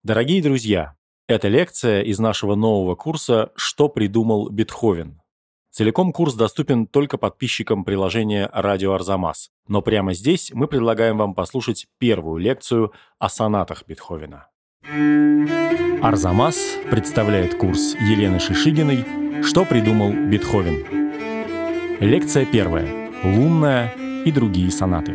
Дорогие друзья, это лекция из нашего нового курса «Что придумал Бетховен?». Целиком курс доступен только подписчикам приложения «Радио Арзамас», но прямо здесь мы предлагаем вам послушать первую лекцию о сонатах Бетховена. Арзамас представляет курс Елены Шишигиной «Что придумал Бетховен?». Лекция первая. Лунная и другие сонаты.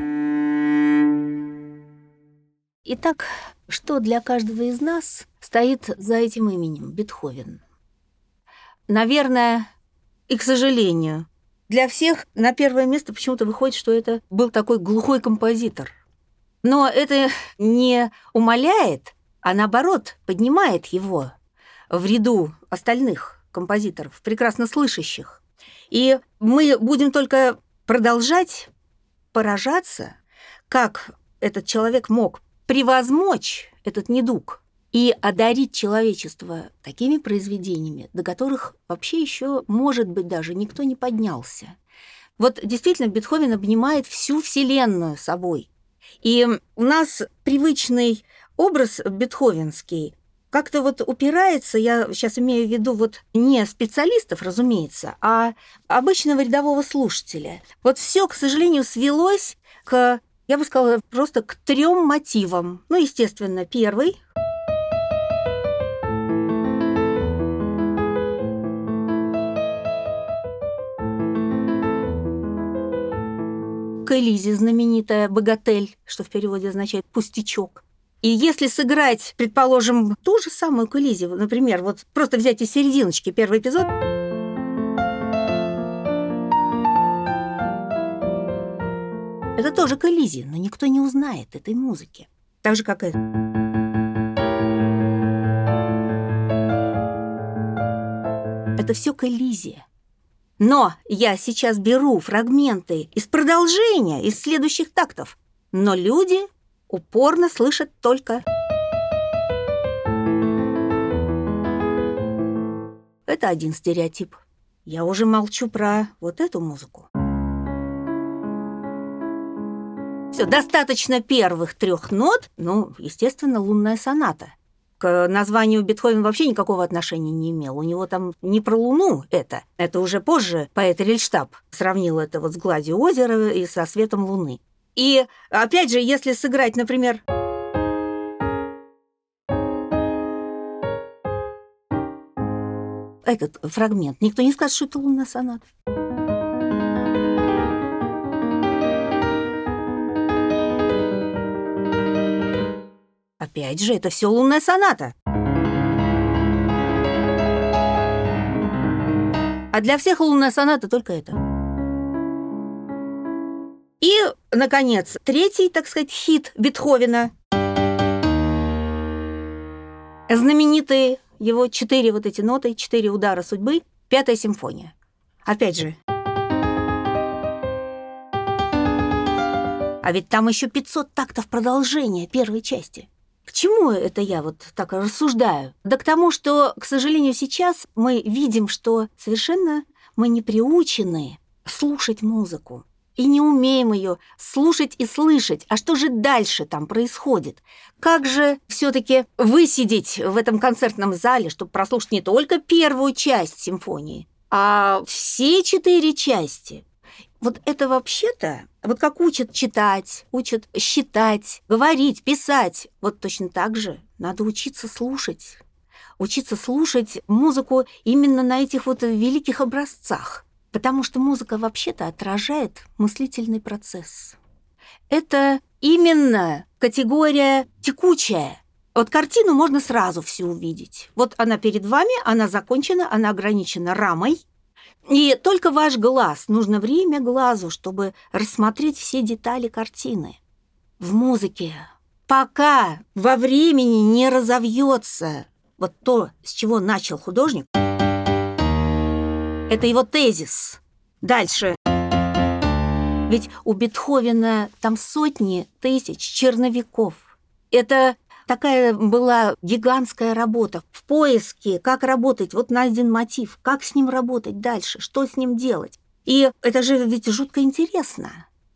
Итак, что для каждого из нас стоит за этим именем Бетховен? Наверное, и, к сожалению, для всех на первое место почему-то выходит, что это был такой глухой композитор. Но это не умаляет, а наоборот поднимает его в ряду остальных композиторов, прекрасно слышащих. И мы будем только продолжать поражаться, как этот человек мог превозмочь этот недуг и одарить человечество такими произведениями, до которых вообще еще, может быть, даже никто не поднялся. Вот действительно Бетховен обнимает всю Вселенную собой. И у нас привычный образ бетховенский как-то вот упирается, я сейчас имею в виду вот не специалистов, разумеется, а обычного рядового слушателя. Вот все, к сожалению, свелось к, я бы сказала, просто к 3 мотивам. Ну, естественно, первый. К Элизе знаменитая «Богатель», что в переводе означает «пустячок». И если сыграть, предположим, ту же самую к Элизе, например, вот просто взять из серединочки первый эпизод, это тоже к Элизе, но никто не узнает этой музыки. Так же, как это. Это все к Элизе. Но я сейчас беру фрагменты из продолжения, из следующих тактов. Но люди упорно слышат только... Это один стереотип. Я уже молчу про вот эту музыку. Все, достаточно первых 3 нот, ну, естественно, лунная соната. К названию Бетховен вообще никакого отношения не имел. У него там не про Луну это. Это уже позже поэт Рильштаб сравнил это вот с гладью озера и со светом Луны. И, опять же, если сыграть, например... этот фрагмент, никто не скажет, что это лунная соната. Опять же, это все лунная соната. А для всех лунная соната только это. И, наконец, 3-й, так сказать, хит Бетховена. Знаменитые его 4 вот эти ноты, 4 удара судьбы, 5-я симфония. Опять же. А ведь там еще 500 тактов продолжения первой части. К чему это я вот так рассуждаю? Да к тому, что, к сожалению, сейчас мы видим, что совершенно мы не приучены слушать музыку и не умеем ее слушать и слышать. А что же дальше там происходит? Как же все-таки высидеть в этом концертном зале, чтобы прослушать не только первую часть симфонии, а все 4 части? Вот это вообще-то, вот как учат читать, учат считать, говорить, писать, вот точно так же надо учиться слушать. Учиться слушать музыку именно на этих вот великих образцах, потому что музыка вообще-то отражает мыслительный процесс. Это именно категория текучая. Вот картину можно сразу всю увидеть. Вот она перед вами, она закончена, она ограничена рамой. И только ваш глаз, нужно время глазу, чтобы рассмотреть все детали картины. В музыке, пока во времени не разовьется вот то, с чего начал художник, это его тезис. Дальше. Ведь у Бетховена там сотни тысяч черновиков. Это такая была гигантская работа в поиске, как работать. Вот найден мотив, как с ним работать дальше, что с ним делать. И это же ведь жутко интересно.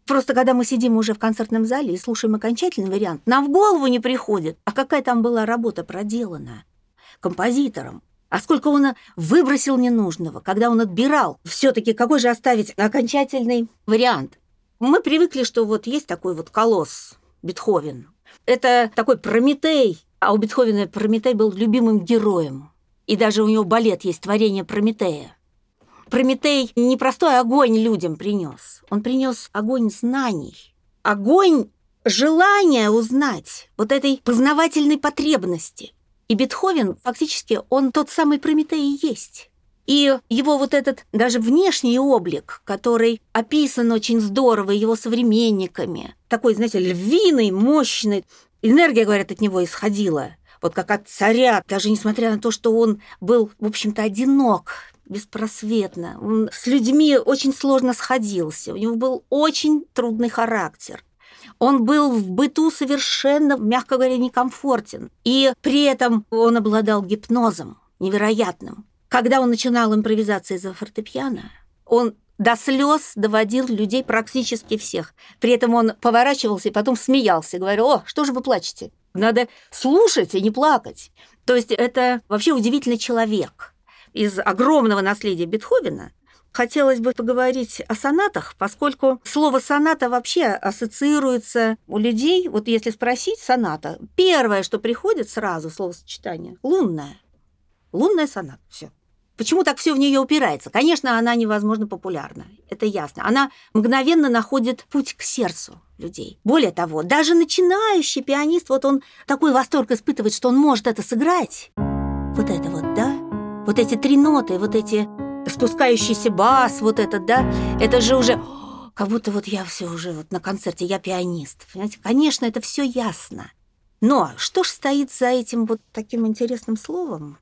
Просто когда мы сидим уже в концертном зале и слушаем окончательный вариант, нам в голову не приходит, а какая там была работа проделана композитором. А сколько он выбросил ненужного, когда он отбирал. Все-таки какой же оставить окончательный вариант? Мы привыкли, что вот есть такой вот колосс Бетховен. Это такой Прометей. А у Бетховена Прометей был любимым героем. И даже у него балет есть «Творение Прометея». Прометей не простой огонь людям принес. Он принес огонь знаний. Огонь желания узнать, вот этой познавательной потребности. И Бетховен, фактически, он тот самый Прометей и есть. И его вот этот даже внешний облик, который описан очень здорово его современниками, такой, знаете, львиный, мощный, энергия, говорят, от него исходила, вот как от царя, даже несмотря на то, что он был, в общем-то, одинок, беспросветно. Он с людьми очень сложно сходился, у него был очень трудный характер. Он был в быту совершенно, мягко говоря, некомфортен. И при этом он обладал гипнозом невероятным. Когда он начинал импровизации за фортепиано, он до слез доводил людей практически всех. При этом он поворачивался и потом смеялся, говорил: «О, что же вы плачете? Надо слушать и не плакать». То есть это вообще удивительный человек. Из огромного наследия Бетховена хотелось бы поговорить о сонатах, поскольку слово «соната» вообще ассоциируется у людей. Вот если спросить «соната», первое, что приходит сразу, словосочетание — лунная. Лунная соната. Все. Почему так все в нее упирается? Конечно, она невозможно популярна, это ясно. Она мгновенно находит путь к сердцу людей. Более того, даже начинающий пианист, вот он такой восторг испытывает, что он может это сыграть. Вот это вот, да? Вот эти три ноты, вот эти спускающийся бас, вот этот, да, это же уже как будто вот я все уже вот на концерте, я пианист. Понимаете? Конечно, это все ясно. Но что ж стоит за этим вот таким интересным словом?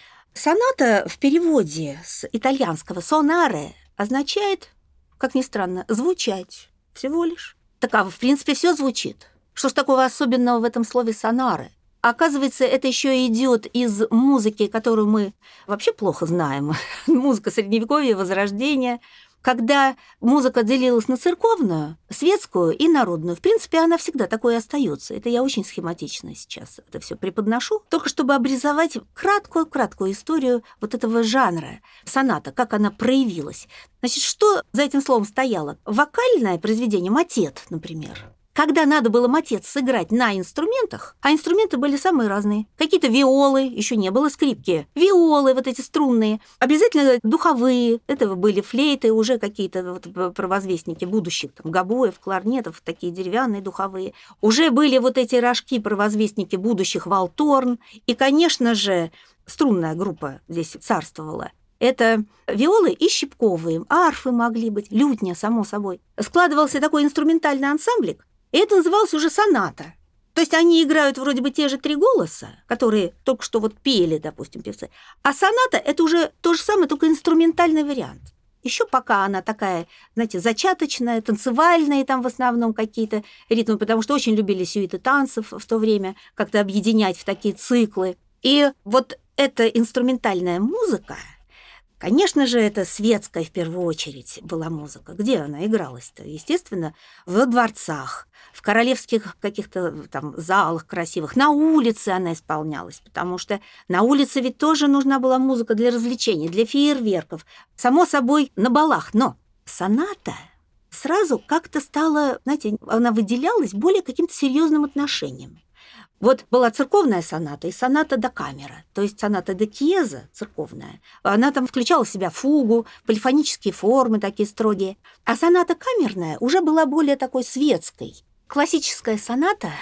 Соната в переводе с итальянского «сонаре» означает, как ни странно, звучать всего лишь. Так, в принципе, все звучит. Что ж такого особенного в этом слове «сонаре»? Оказывается, это еще идет из музыки, которую мы вообще плохо знаем. Музыка Средневековья, Возрождения. Когда музыка делилась на церковную, светскую и народную, в принципе, она всегда такой и остается. Это я очень схематично сейчас это все преподношу, только чтобы обрисовать краткую историю вот этого жанра соната, как она проявилась. Значит, что за этим словом стояло? Вокальное произведение, матет, например. Когда надо было матет сыграть на инструментах, а инструменты были самые разные. Какие-то виолы, еще не было скрипки. Виолы, вот эти струнные. Обязательно духовые. Это были флейты, уже какие-то вот провозвестники будущих. Там, гобоев, кларнетов, такие деревянные духовые. Уже были вот эти рожки, провозвестники будущих валторн. И, конечно же, струнная группа здесь царствовала. Это виолы и щипковые, арфы могли быть, лютня, само собой. Складывался такой инструментальный ансамблик, и это называлось уже соната. То есть они играют вроде бы те же три голоса, которые только что вот пели, допустим, певцы. А соната — это уже то же самое, только инструментальный вариант. Еще пока она такая, знаете, зачаточная, танцевальная, там в основном какие-то ритмы, потому что очень любили сюиты танцев в то время, как-то объединять в такие циклы. И вот эта инструментальная музыка, конечно же, это светская в первую очередь была музыка. Где она игралась-то? Естественно, в дворцах, в королевских каких-то там залах красивых. На улице она исполнялась, потому что на улице ведь тоже нужна была музыка для развлечений, для фейерверков. Само собой, на балах. Но соната сразу как-то стала, знаете, она выделялась более каким-то серьезным отношением. Вот была церковная соната и соната да камера, то есть соната да Chiesa церковная. Она там включала в себя фугу, полифонические формы такие строгие. А соната камерная уже была более такой светской. Классическая соната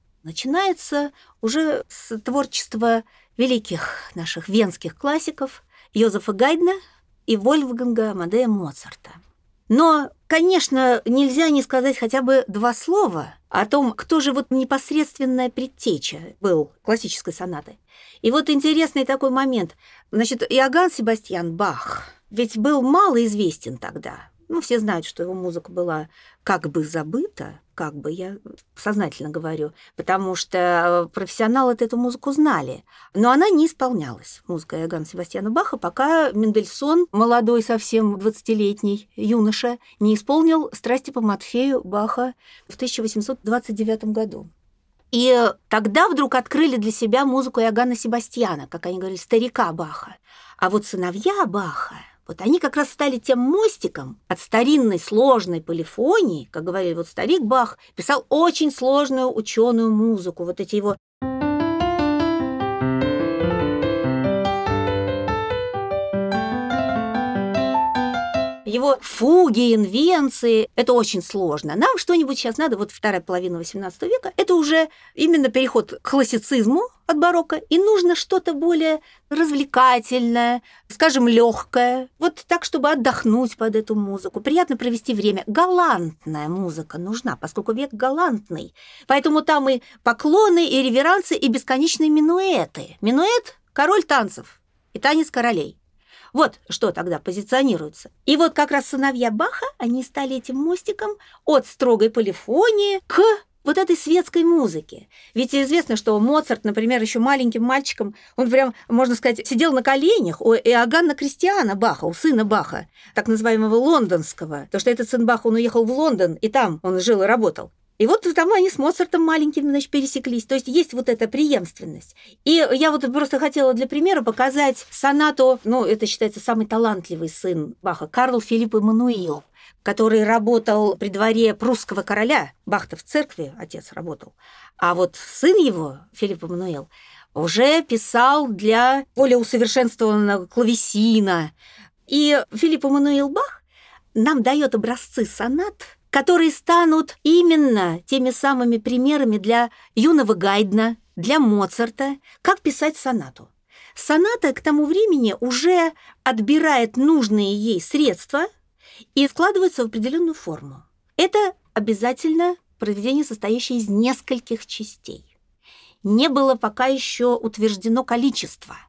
начинается уже с творчества великих наших венских классиков Йозефа Гайдна и Вольфганга Амадея Моцарта. Но, конечно, нельзя не сказать хотя бы два слова о том, кто же вот непосредственная предтеча был классической сонаты. И вот интересный такой момент. Значит, Иоганн Себастьян Бах ведь был малоизвестен тогда. все знают, что его музыка была как бы забыта, я сознательно говорю, потому что профессионалы эту музыку знали. Но она не исполнялась, музыка Иоганна Себастьяна Баха, пока Мендельсон, молодой совсем 20-летний юноша, не исполнил «Страсти по Матфею» Баха в 1829 году. И тогда вдруг открыли для себя музыку Иоганна Себастьяна, как они говорили, старика Баха. А вот сыновья Баха, они как раз стали тем мостиком от старинной сложной полифонии, как говорили, старик Бах писал очень сложную ученую музыку, эти его фуги, инвенции, это очень сложно. Нам что-нибудь сейчас надо, вторая половина XVIII века, это уже именно переход к классицизму от барокко, и нужно что-то более развлекательное, скажем, легкое, так, чтобы отдохнуть под эту музыку, приятно провести время. Галантная музыка нужна, поскольку век галантный. Поэтому там и поклоны, и реверансы, и бесконечные минуэты. Минуэт – король танцев, и танец королей. Что тогда позиционируется. И как раз сыновья Баха, они стали этим мостиком от строгой полифонии к этой светской музыке. Ведь известно, что Моцарт, например, еще маленьким мальчиком, он прям, можно сказать, сидел на коленях у Иоганна Кристиана Баха, у сына Баха, так называемого лондонского, потому что этот сын Баха, он уехал в Лондон, и там он жил и работал. И там они с Моцартом маленьким, пересеклись. То есть есть эта преемственность. И я просто хотела для примера показать сонату, это считается самый талантливый сын Баха, Карл Филипп Эммануил, который работал при дворе прусского короля. Бах-то в церкви отец работал. А сын его, Филипп Эммануил, уже писал для более усовершенствованного клавесина. И Филипп Эммануил Бах нам дает образцы сонат, которые станут именно теми самыми примерами для юного Гайдна, для Моцарта, как писать сонату. Соната к тому времени уже отбирает нужные ей средства и складывается в определенную форму. Это обязательно произведение, состоящее из нескольких частей. Не было пока еще утверждено количество,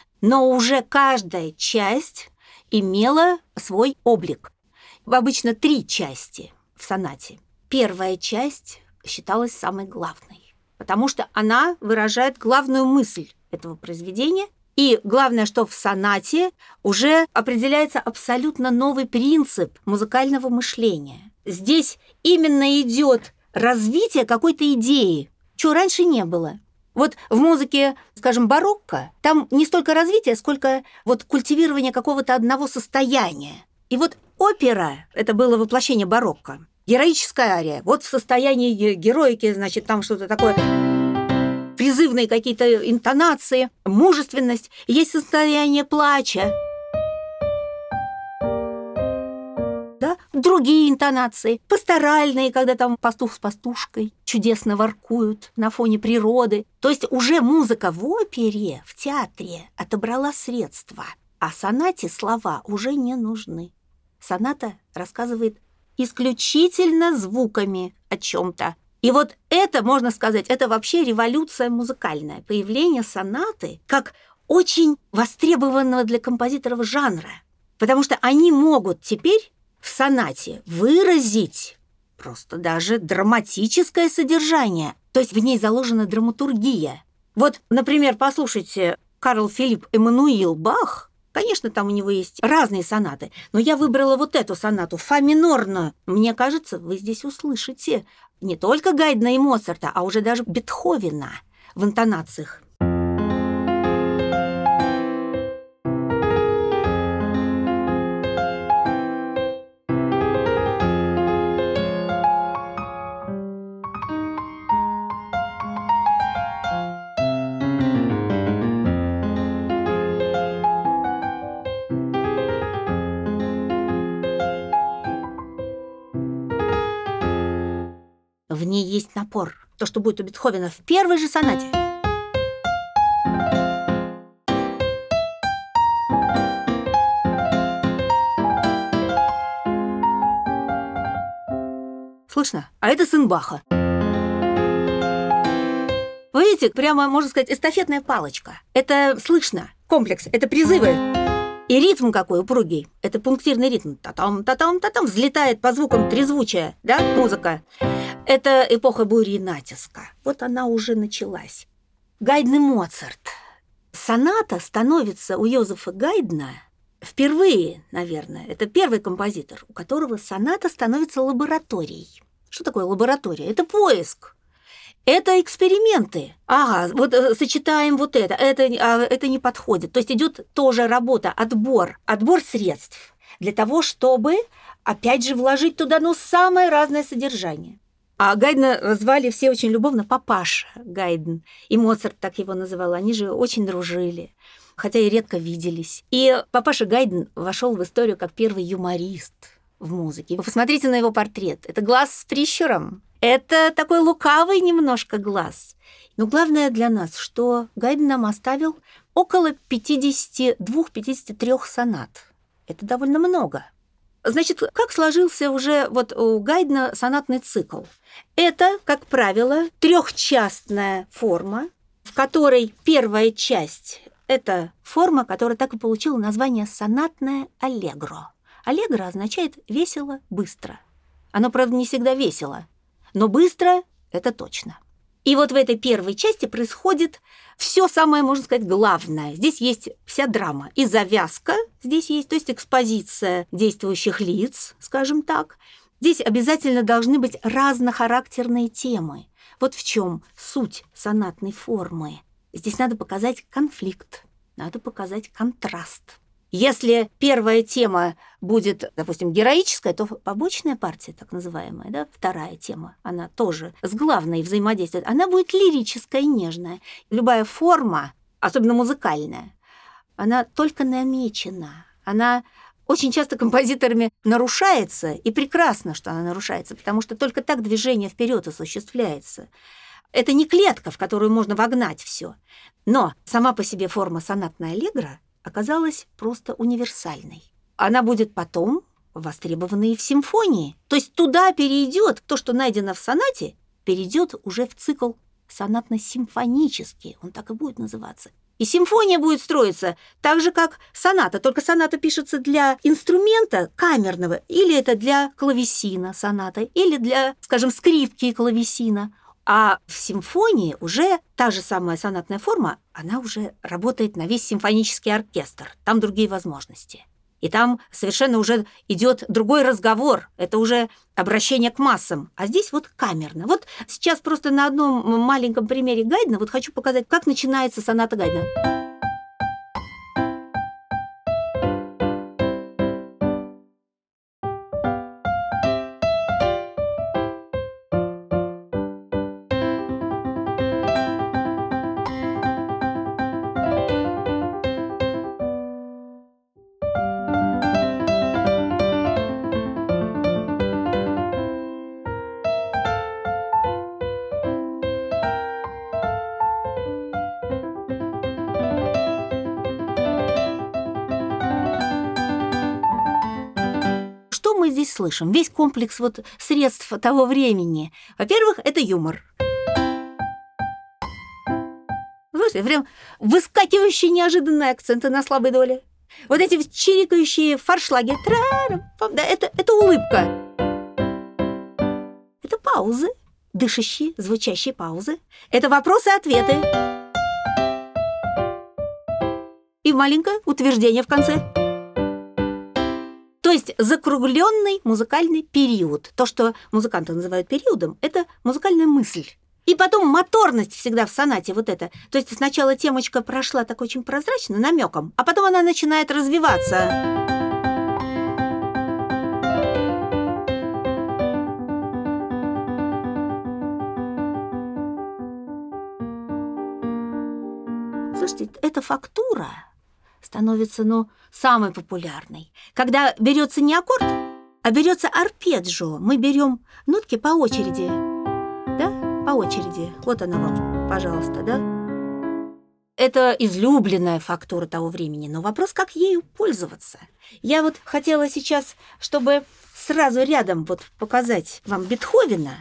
но уже каждая часть имела свой облик. Обычно 3 части в сонате. Первая часть считалась самой главной, потому что она выражает главную мысль этого произведения. И главное, что в сонате уже определяется абсолютно новый принцип музыкального мышления. Здесь именно идет развитие какой-то идеи, чего раньше не было. В музыке, скажем, барокко, там не столько развитие, сколько культивирование какого-то одного состояния. И опера – это было воплощение барокко. Героическая ария. В состоянии героики, там что-то такое, призывные какие-то интонации, мужественность. Есть состояние плача. Да? Другие интонации, пасторальные, когда там пастух с пастушкой чудесно воркуют на фоне природы. То есть уже музыка в опере, в театре отобрала средства, а сонате слова уже не нужны. Соната рассказывает исключительно звуками о чем-то. И это, можно сказать, это вообще революция музыкальная. Появление сонаты как очень востребованного для композиторов жанра. Потому что они могут теперь в сонате выразить просто даже драматическое содержание. То есть в ней заложена драматургия. Например, послушайте Карл Филипп Эммануил Бах. Конечно, там у него есть разные сонаты, но я выбрала эту сонату, фа минорную. Мне кажется, вы здесь услышите не только Гайдна и Моцарта, а уже даже Бетховена в интонациях. В ней есть напор. То, что будет у Бетховена в первой же сонате. Слышно? А это сын Баха. Вы видите, прямо, можно сказать, эстафетная палочка. Это слышно. Комплекс. Это призывы. И ритм какой упругий. Это пунктирный ритм. Та-там, та-там, та-там. Взлетает по звукам трезвучая, да, музыка. Это эпоха бури и натиска. Вот она уже началась. Гайдн и Моцарт. Соната становится у Йозефа Гайдна впервые, наверное. Это первый композитор, у которого соната становится лабораторией. Что такое лаборатория? Это поиск. Это эксперименты. Ага, вот сочетаем вот это не подходит. То есть идет тоже работа, отбор средств для того, чтобы, опять же, вложить туда, самое разное содержание. А Гайдна звали все очень любовно папаша Гайдн. И Моцарт так его называл. Они же очень дружили, хотя и редко виделись. И папаша Гайдн вошел в историю как первый юморист в музыке. Вы посмотрите на его портрет. Это глаз с прищуром. Это такой лукавый немножко глаз. Но главное для нас, что Гайдн нам оставил около 52-53 сонат. Это довольно много. Значит, как сложился уже вот у Гайдна сонатный цикл? Это, как правило, трехчастная форма, в которой первая часть – это форма, которая так и получила название сонатное аллегро. Аллегро означает «весело, быстро». Оно, правда, не всегда весело, но быстро – это точно. И вот в этой первой части происходит все самое, можно сказать, главное. Здесь есть вся драма. И завязка здесь есть, то есть экспозиция действующих лиц, скажем так. Здесь обязательно должны быть разнохарактерные темы. Вот в чем суть сонатной формы. Здесь надо показать конфликт, надо показать контраст. Если первая тема будет, допустим, героическая, то побочная партия, так называемая, да, вторая тема, она тоже с главной взаимодействует, она будет лирическая, нежная. Любая форма, особенно музыкальная, она только намечена, она очень часто композиторами нарушается, и прекрасно, что она нарушается, потому что только так движение вперед осуществляется. Это не клетка, в которую можно вогнать все. Но сама по себе форма сонатная аллегро оказалась просто универсальной. Она будет потом востребована и в симфонии. То есть туда перейдет то, что найдено в сонате, перейдет уже в цикл сонатно-симфонический. Он так и будет называться. И симфония будет строиться так же, как соната. Только соната пишется для инструмента камерного, или это для клавесина соната, или для, скажем, скрипки и клавесина. А в симфонии уже та же самая сонатная форма, она уже работает на весь симфонический оркестр. Там другие возможности. И там совершенно уже идет другой разговор. Это уже обращение к массам. А здесь вот камерно. Вот сейчас просто на одном маленьком примере Гайдна вот хочу показать, как начинается соната Гайдна. Что мы здесь слышим? Весь комплекс вот средств того времени. Во-первых, это юмор. Слушайте, прям выскакивающие неожиданные акценты на слабой доле. Вот эти чирикающие форшлаги. Да, это улыбка. Это паузы, дышащие, звучащие паузы. Это вопросы-ответы. И маленькое утверждение в конце. То есть закругленный музыкальный период. То, что музыканты называют периодом, это музыкальная мысль. И потом моторность всегда в сонате вот это. То есть сначала темочка прошла так очень прозрачно, намеком, а потом она начинает развиваться. Слушайте, эта фактура становится, самой популярной. Когда берется не аккорд, а берется арпеджио. Мы берем нотки по очереди. Да? По очереди. Вот она вам, пожалуйста, да? Это излюбленная фактура того времени, но вопрос, как ею пользоваться. Я вот хотела сейчас, чтобы сразу рядом вот показать вам Бетховена.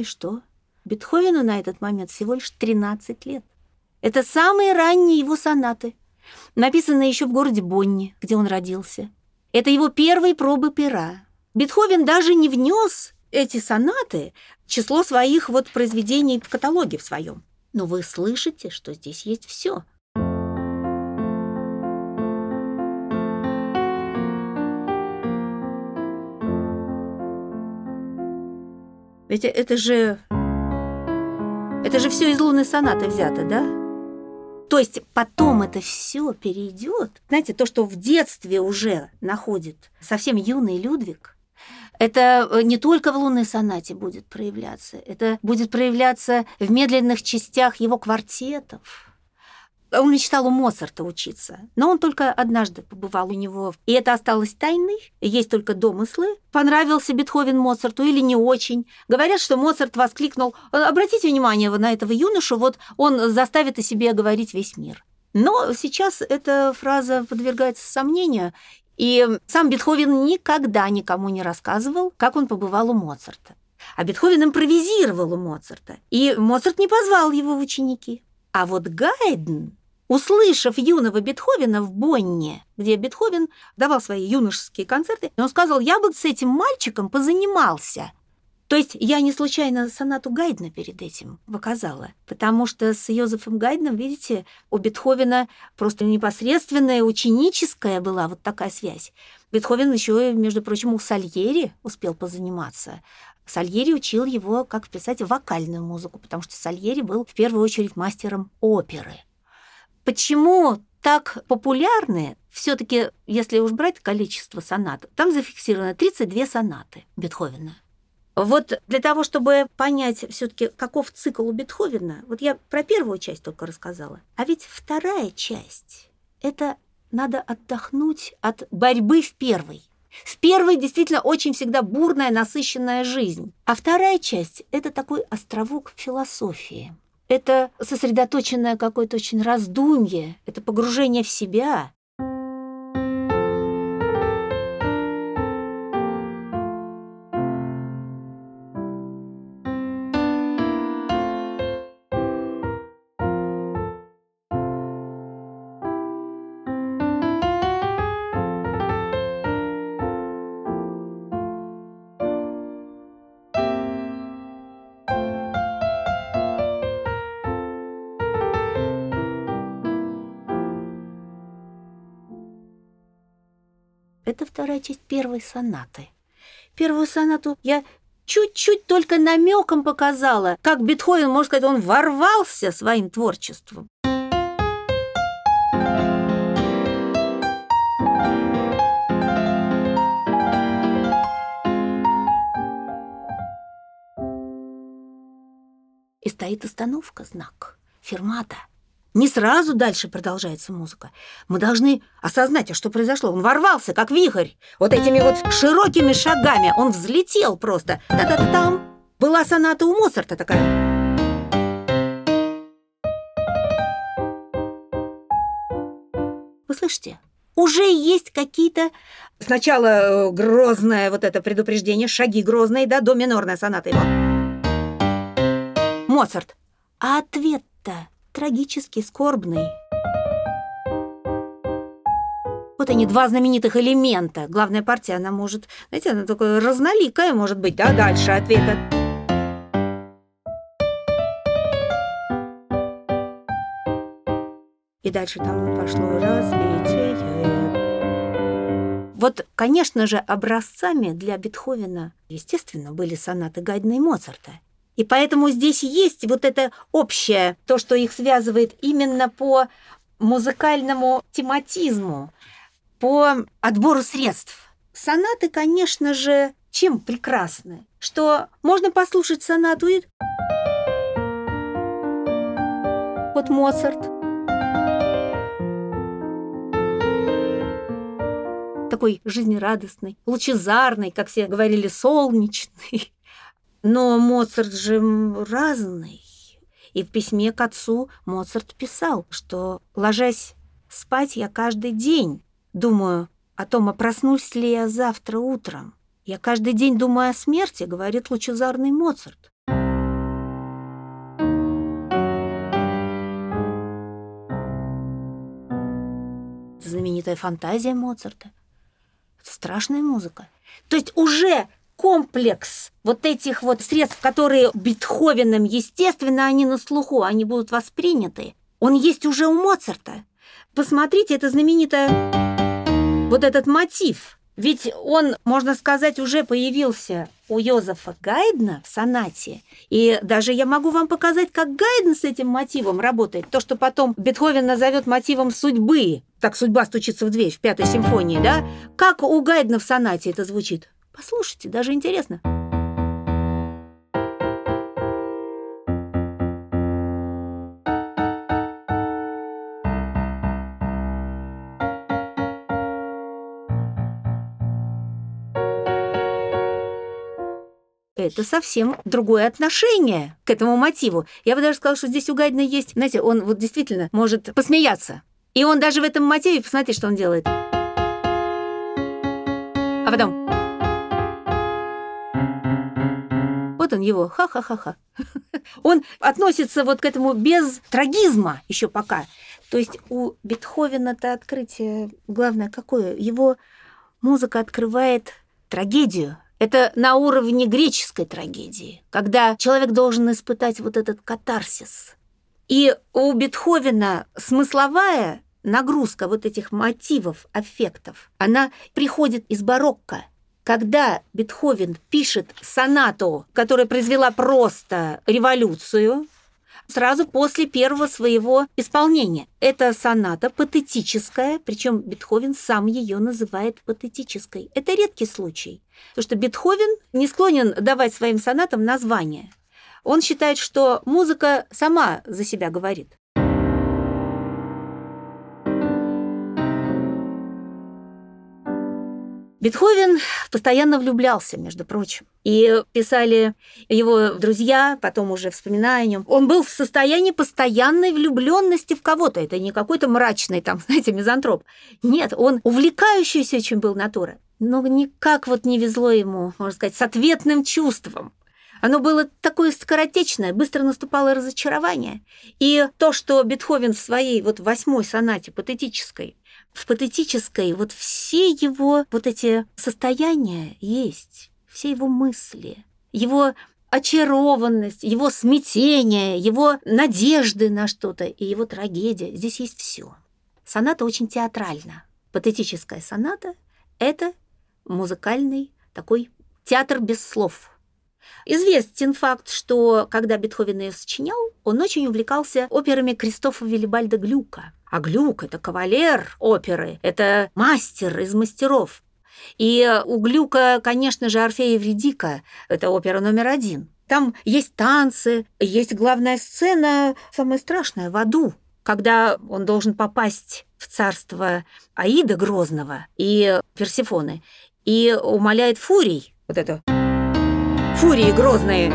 и что? Бетховену на этот момент всего лишь 13 лет. Это самые ранние его сонаты, написанные еще в городе Бонне, где он родился. Это его первые пробы пера. Бетховен даже не внес эти сонаты в число своих произведений в каталоге в своем. Но вы слышите, что здесь есть все. Ведь это же все из лунной сонаты взято, да? То есть потом это все перейдет. Знаете, то, что в детстве уже находит совсем юный Людвиг, это не только в лунной сонате будет проявляться, это будет проявляться в медленных частях его квартетов. Он мечтал у Моцарта учиться, но он только однажды побывал у него, и это осталось тайной, есть только домыслы. Понравился Бетховен Моцарту или не очень. Говорят, что Моцарт воскликнул: «Обратите внимание на этого юношу, он заставит о себе говорить весь мир». Но сейчас эта фраза подвергается сомнению, и сам Бетховен никогда никому не рассказывал, как он побывал у Моцарта. А Бетховен импровизировал у Моцарта, и Моцарт не позвал его в ученики. А Гайдн, услышав юного Бетховена в Бонне, где Бетховен давал свои юношеские концерты, он сказал: «Я бы с этим мальчиком позанимался». То есть я не случайно сонату Гайдна перед этим показала, потому что с Йозефом Гайдном, видите, у Бетховена просто непосредственная ученическая была такая связь. Бетховен еще, между прочим, у Сальери успел позаниматься. Сальери учил его, как писать вокальную музыку, потому что Сальери был в первую очередь мастером оперы. Почему так популярны, все-таки, если уж брать количество сонат, там зафиксировано 32 сонаты Бетховена. Для того, чтобы понять все-таки, каков цикл у Бетховена, я про первую часть только рассказала. А ведь вторая часть – это надо отдохнуть от борьбы в первой. В первой действительно очень всегда бурная, насыщенная жизнь. А вторая часть – это такой островок философии. Это сосредоточенное какое-то очень раздумье, это погружение в себя. Это вторая часть первой сонаты. Первую сонату я чуть-чуть только намеком показала, как Бетховен, можно сказать, он ворвался своим творчеством. И стоит остановка, знак, фермата. Не сразу дальше продолжается музыка. Мы должны осознать, а что произошло. Он ворвался, как вихрь. Этими широкими шагами. Он взлетел просто. Та-та-та-там. Была соната у Моцарта такая. Вы слышите? Уже есть какие-то... Сначала грозное это предупреждение, шаги грозные, да, до минорная соната его. Моцарт. А ответ-то трагически скорбный. Они два знаменитых элемента. Главная партия, она может, знаете, она такая разноликая может быть, да, дальше ответа. И дальше там пошло развитие. Конечно же, образцами для Бетховена, естественно, были сонаты Гайдна и Моцарта. И поэтому здесь есть это общее, то, что их связывает именно по музыкальному тематизму, по отбору средств. Сонаты, конечно же, чем прекрасны? Что можно послушать сонату и... Моцарт. Такой жизнерадостный, лучезарный, как все говорили, солнечный. Но Моцарт же разный. И в письме к отцу Моцарт писал, что, ложась спать, я каждый день думаю о том, а проснусь ли я завтра утром. Я каждый день думаю о смерти, говорит лучезарный Моцарт. знаменитая фантазия Моцарта. Это страшная музыка. То есть уже комплекс вот этих вот средств, которые Бетховеном, естественно, они на слуху, они будут восприняты. Он есть уже у Моцарта. Посмотрите, это знаменитое вот этот мотив. Ведь он, можно сказать, уже появился у Йозефа Гайдна в сонате. И даже я могу вам показать, как Гайдн с этим мотивом работает. То, что потом Бетховен назовет мотивом судьбы. Так судьба стучится в дверь в 5-й симфонии, да? Как у Гайдна в сонате это звучит? Послушайте, даже интересно. Это совсем другое отношение к этому мотиву. Я бы даже сказала, что здесь у Гайдна есть, знаете, он вот действительно может посмеяться. И он даже в этом мотиве, посмотрите, что он делает. А потом... Вот он его, ха-ха-ха-ха. Он относится вот к этому без трагизма еще пока. То есть у Бетховена-то открытие главное какое? Его музыка открывает трагедию. Это на уровне греческой трагедии, когда человек должен испытать вот этот катарсис. И у Бетховена смысловая нагрузка вот этих мотивов, аффектов, она приходит из барокко. Когда Бетховен пишет сонату, которая произвела просто революцию, сразу после первого своего исполнения. Это соната патетическая, причем Бетховен сам ее называет патетической. Это редкий случай, потому что Бетховен не склонен давать своим сонатам название. Он считает, что музыка сама за себя говорит. Бетховен постоянно влюблялся, между прочим. И писали его друзья, потом уже вспоминая о нем. Он был в состоянии постоянной влюбленности в кого-то. Это не какой-то мрачный, там, знаете, мизантроп. Нет, он увлекающийся очень был натура. Но никак вот не везло ему, можно сказать, с ответным чувством. Оно было такое скоротечное, быстро наступало разочарование. И то, что Бетховен в своей вот 8-й сонате патетической, в патетической вот все его вот эти состояния есть, все его мысли, его очарованность, его смятение, его надежды на что-то и его трагедия. Здесь есть все. Соната очень театральна. Патетическая соната — это музыкальный такой театр без слов. Известен факт, что когда Бетховен ее сочинял, он очень увлекался операми Кристофа Виллибальда Глюка. А Глюк — это кавалер оперы, это мастер из мастеров. И у Глюка, конечно же, «Орфей и Евридика» — это опера номер 1. Там есть танцы, есть главная сцена, самая страшная, в аду, когда он должен попасть в царство Аида Грозного и Персефоны, и умоляет фурий, вот это фурии грозные.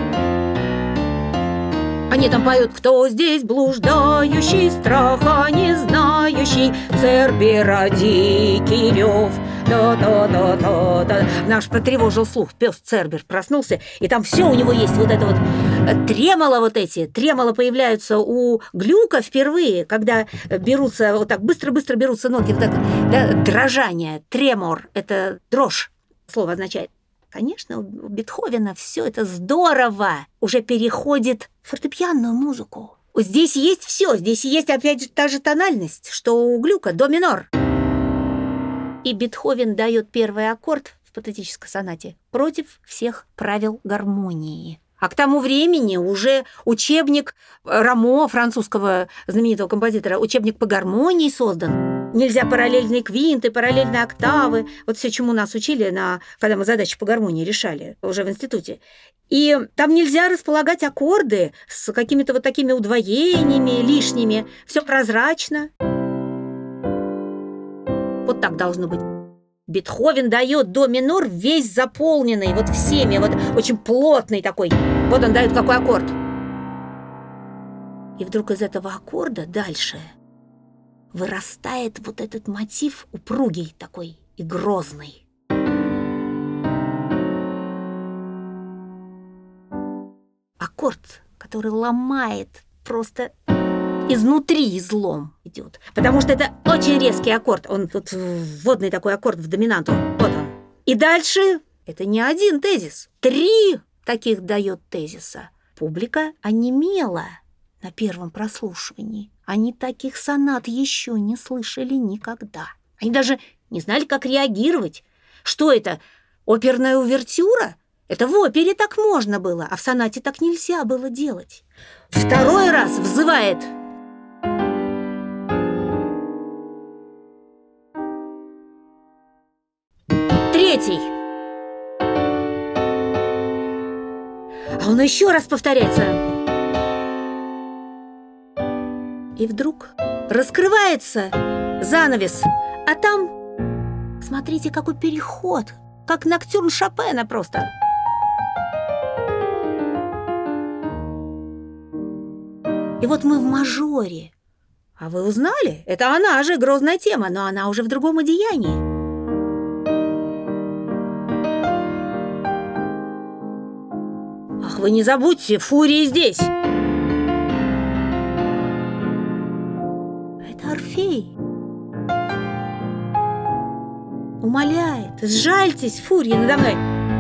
Они там поют: «Кто здесь блуждающий, страха не знающий, Цербера дикий рев». Да-да-да-да-да. Наш потревожил слух. Пес Цербер проснулся, и там все у него есть. Вот это вот тремоло, вот эти тремоло появляются у Глюка впервые, когда берутся вот так быстро-быстро берутся ноги, вот так, да, дрожание, тремор, это дрожь, слово означает. Конечно, у Бетховена все это здорово уже переходит в фортепианную музыку. Здесь есть все, здесь есть опять же та же тональность, что у Глюка, до минор. И Бетховен дает первый аккорд в патетической сонате против всех правил гармонии. А к тому времени уже учебник Рамо, французского знаменитого композитора, учебник по гармонии создан. Нельзя параллельные квинты, параллельные октавы. Вот все, чему нас учили, когда мы задачи по гармонии решали уже в институте. И там нельзя располагать аккорды с какими-то вот такими удвоениями лишними. Все прозрачно. Вот так должно быть. Бетховен дает до минор весь заполненный, вот всеми, вот очень плотный такой. Вот он дает какой аккорд. И вдруг из этого аккорда дальше вырастает вот этот мотив упругий такой и грозный. Аккорд, который ломает просто изнутри излом идет. Потому что это очень резкий аккорд. Он тут вводный такой аккорд в доминанту. Вот он. И дальше это не один тезис. 3 таких дает тезиса. Публика онемела на первом прослушивании. Они таких сонат еще не слышали никогда. Они даже не знали, как реагировать. Что это? Оперная увертюра? Это в опере так можно было, а в сонате так нельзя было делать. 2 раз взывает. Третий. А он еще раз повторяется. И вдруг раскрывается занавес. А там, смотрите, какой переход. Как ноктюрн Шопена просто. И вот мы в мажоре. А вы узнали? Это она же, грозная тема, но она уже в другом одеянии. Ах, вы не забудьте, Фурии здесь. Это Орфей. Умоляет, сжальтесь, Фурии, надо мной.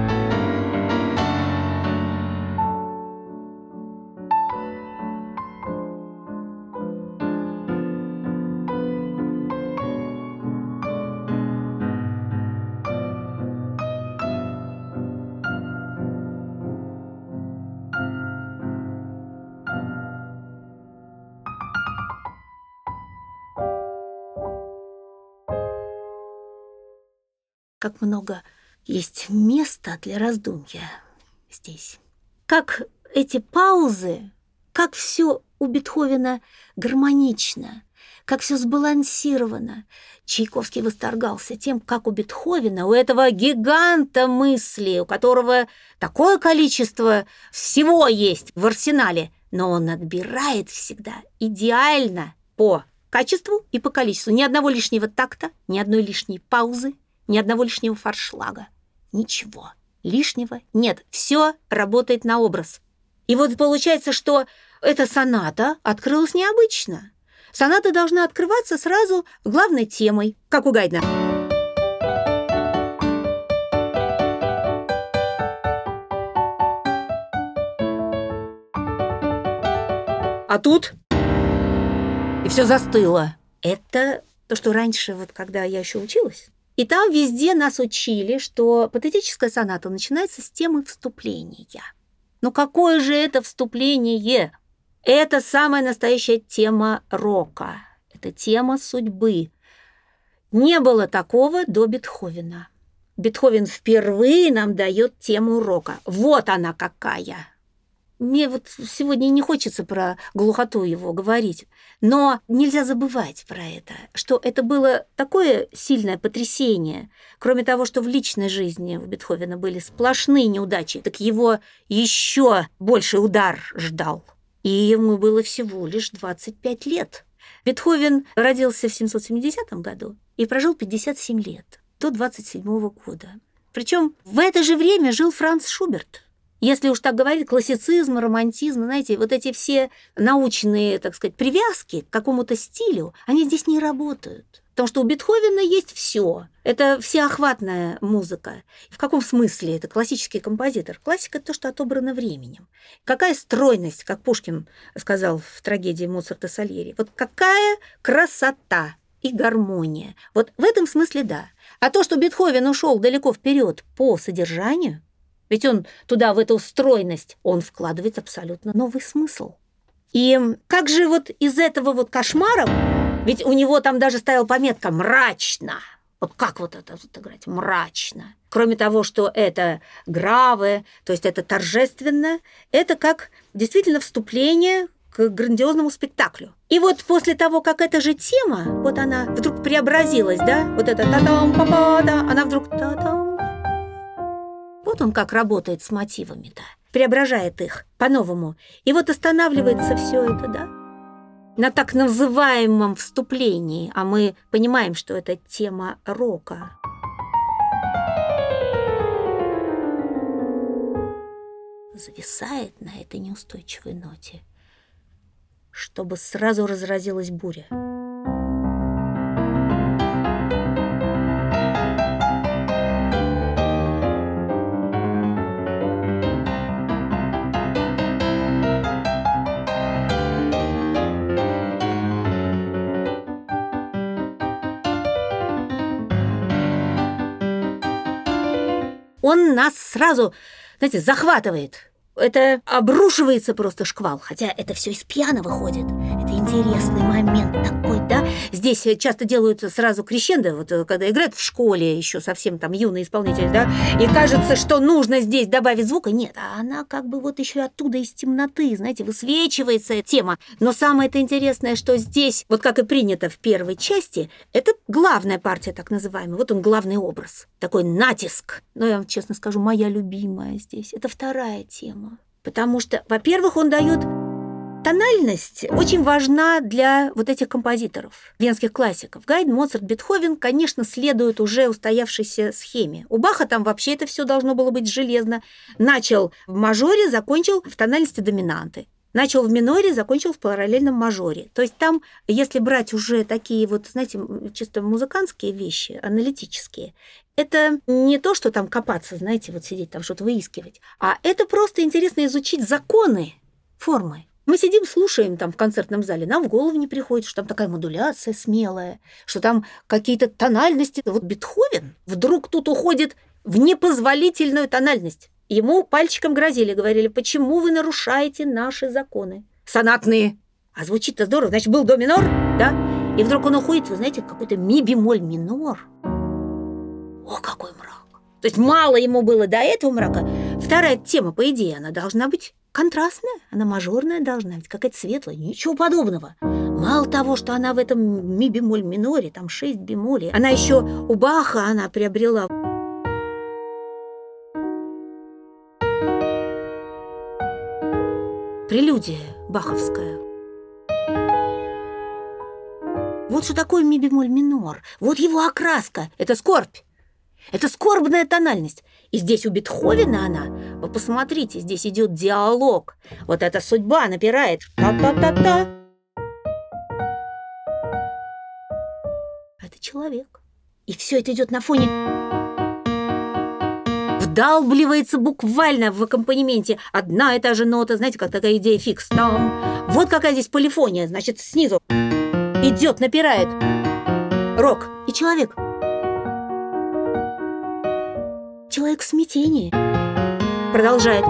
Как много есть места для раздумья здесь. Как эти паузы, как все у Бетховена гармонично, как все сбалансировано. Чайковский восторгался тем, как у Бетховена, у этого гиганта мысли, у которого такое количество всего есть в арсенале, но он отбирает всегда идеально по качеству и по количеству. Ни одного лишнего такта, ни одной лишней паузы, ни одного лишнего форшлага. Ничего лишнего нет. Все работает на образ. И вот получается, что эта соната открылась необычно. Соната должна открываться сразу главной темой, как у Гайдна. А тут и все застыло. Это то, что раньше, вот когда я еще училась, и там везде нас учили, что патетическая соната начинается с темы вступления. Но какое же это вступление? Это самая настоящая тема рока. Это тема судьбы. Не было такого до Бетховена. Бетховен впервые нам дает тему рока. Вот она какая. Мне вот сегодня не хочется про глухоту его говорить, но нельзя забывать про это, что это было такое сильное потрясение. Кроме того, что в личной жизни у Бетховена были сплошные неудачи, так его еще больше удар ждал. И ему было всего лишь 25 лет. Бетховен родился в 770 году и прожил 57 лет, до 27 года. Причем в это же время жил Франц Шуберт. Если уж так говорить, классицизм, романтизм, знаете, вот эти все научные, так сказать, привязки к какому-то стилю, они здесь не работают. Потому что у Бетховена есть все. Это всеохватная музыка. В каком смысле? Это классический композитор. Классика – это то, что отобрано временем. Какая стройность, как Пушкин сказал в трагедии Моцарта Сальери. Вот какая красота и гармония. Вот в этом смысле да. А то, что Бетховен ушел далеко вперед по содержанию, ведь он туда, в эту стройность, он вкладывает абсолютно новый смысл. И как же вот из этого вот кошмара, ведь у него там даже стояла пометка «мрачно». Вот как вот это вот играть «мрачно»? Кроме того, что это граве, то есть это торжественно, это как действительно вступление к грандиозному спектаклю. И вот после того, как эта же тема, вот она вдруг преобразилась, да, вот это та-там-па-па-да, она вдруг та-там. Вот он как работает с мотивами-то, преображает их по-новому. И вот останавливается все это, да, на так называемом вступлении, а мы понимаем, что это тема рока. Зависает на этой неустойчивой ноте. чтобы сразу разразилась буря. Он нас сразу, знаете, захватывает. Это обрушивается просто шквал, хотя это все из пьяно выходит. Это интересный момент такой, да? Здесь часто делают сразу крещендо, вот когда играют в школе, еще совсем там юный исполнитель, да, и кажется, что нужно здесь добавить звука. Нет, а она как бы вот еще оттуда из темноты, знаете, высвечивается тема. Но самое-то интересное, что здесь, вот как и принято в первой части, это главная партия, так называемая. Вот он главный образ, такой натиск. Но я вам честно скажу, моя любимая здесь. Это вторая тема. Потому что, во-первых, он дает тональность, очень важна для вот этих композиторов, венских классиков. Гайдн, Моцарт, Бетховен, конечно, следуют уже устоявшейся схеме. У Баха там вообще это все должно было быть железно. Начал в мажоре, закончил в тональности доминанты. Начал в миноре, закончил в параллельном мажоре. То есть там, если брать уже такие вот, знаете, чисто музыкантские вещи, аналитические, это не то, что там копаться, знаете, вот сидеть там что-то выискивать, а это просто интересно изучить законы формы. Мы сидим, слушаем там в концертном зале, нам в голову не приходит, что там такая модуляция смелая, что там какие-то тональности. Вот Бетховен вдруг тут уходит в непозволительную тональность. Ему пальчиком грозили, говорили, почему вы нарушаете наши законы сонатные. А звучит-то здорово, значит, был до минор, да? И вдруг он уходит, вы знаете, в какой-то ми бемоль минор. О, какой мрак! То есть мало ему было до этого мрака. Вторая тема, по идее, она должна быть контрастная, она мажорная должна быть, какая-то светлая, ничего подобного. Мало того, что она в этом ми бемоль миноре, там 6 бемолей, она еще у Баха она приобрела прелюдия баховская. Вот что такое ми бемоль минор. Вот его окраска. Это скорбь. Это скорбная тональность. И здесь у Бетховена она. Вы посмотрите, здесь идет диалог. Вот эта судьба напирает. Та-та-та-та. Это человек. И все это идет на фоне. Вдалбливается буквально в аккомпанементе одна и та же нота, знаете, как такая идея фикс. Там. Вот какая здесь полифония, значит, снизу идет, напирает рок и человек. Человек в смятении. Продолжает.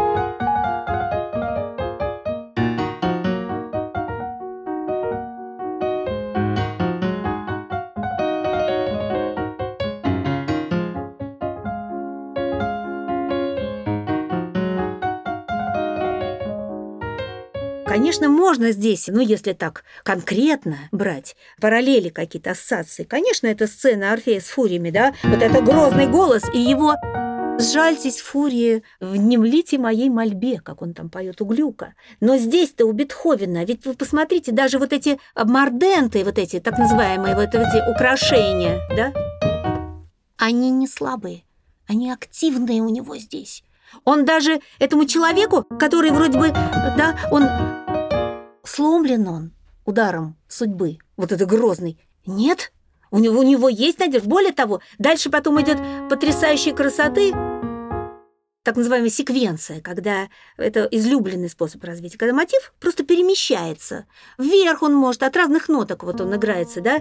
Конечно, можно здесь, ну, если так конкретно брать параллели, какие-то ассоциации, конечно, это сцена Орфея с фуриями, да, вот это грозный голос и его «Сжальтесь, фурии, внемлите моей мольбе», как он там поет у Глюка. Но здесь-то у Бетховена, ведь вы посмотрите, даже вот эти морденты, вот эти так называемые вот эти украшения, да, они не слабые, они активные у него здесь. Он даже этому человеку, который вроде бы, да, он сломлен он ударом судьбы, вот это грозный. Нет, у него есть надежда. Более того, дальше потом идет потрясающей красоты, так называемая секвенция, когда это излюбленный способ развития, когда мотив просто перемещается. Вверх он может, от разных ноток вот он играется, да?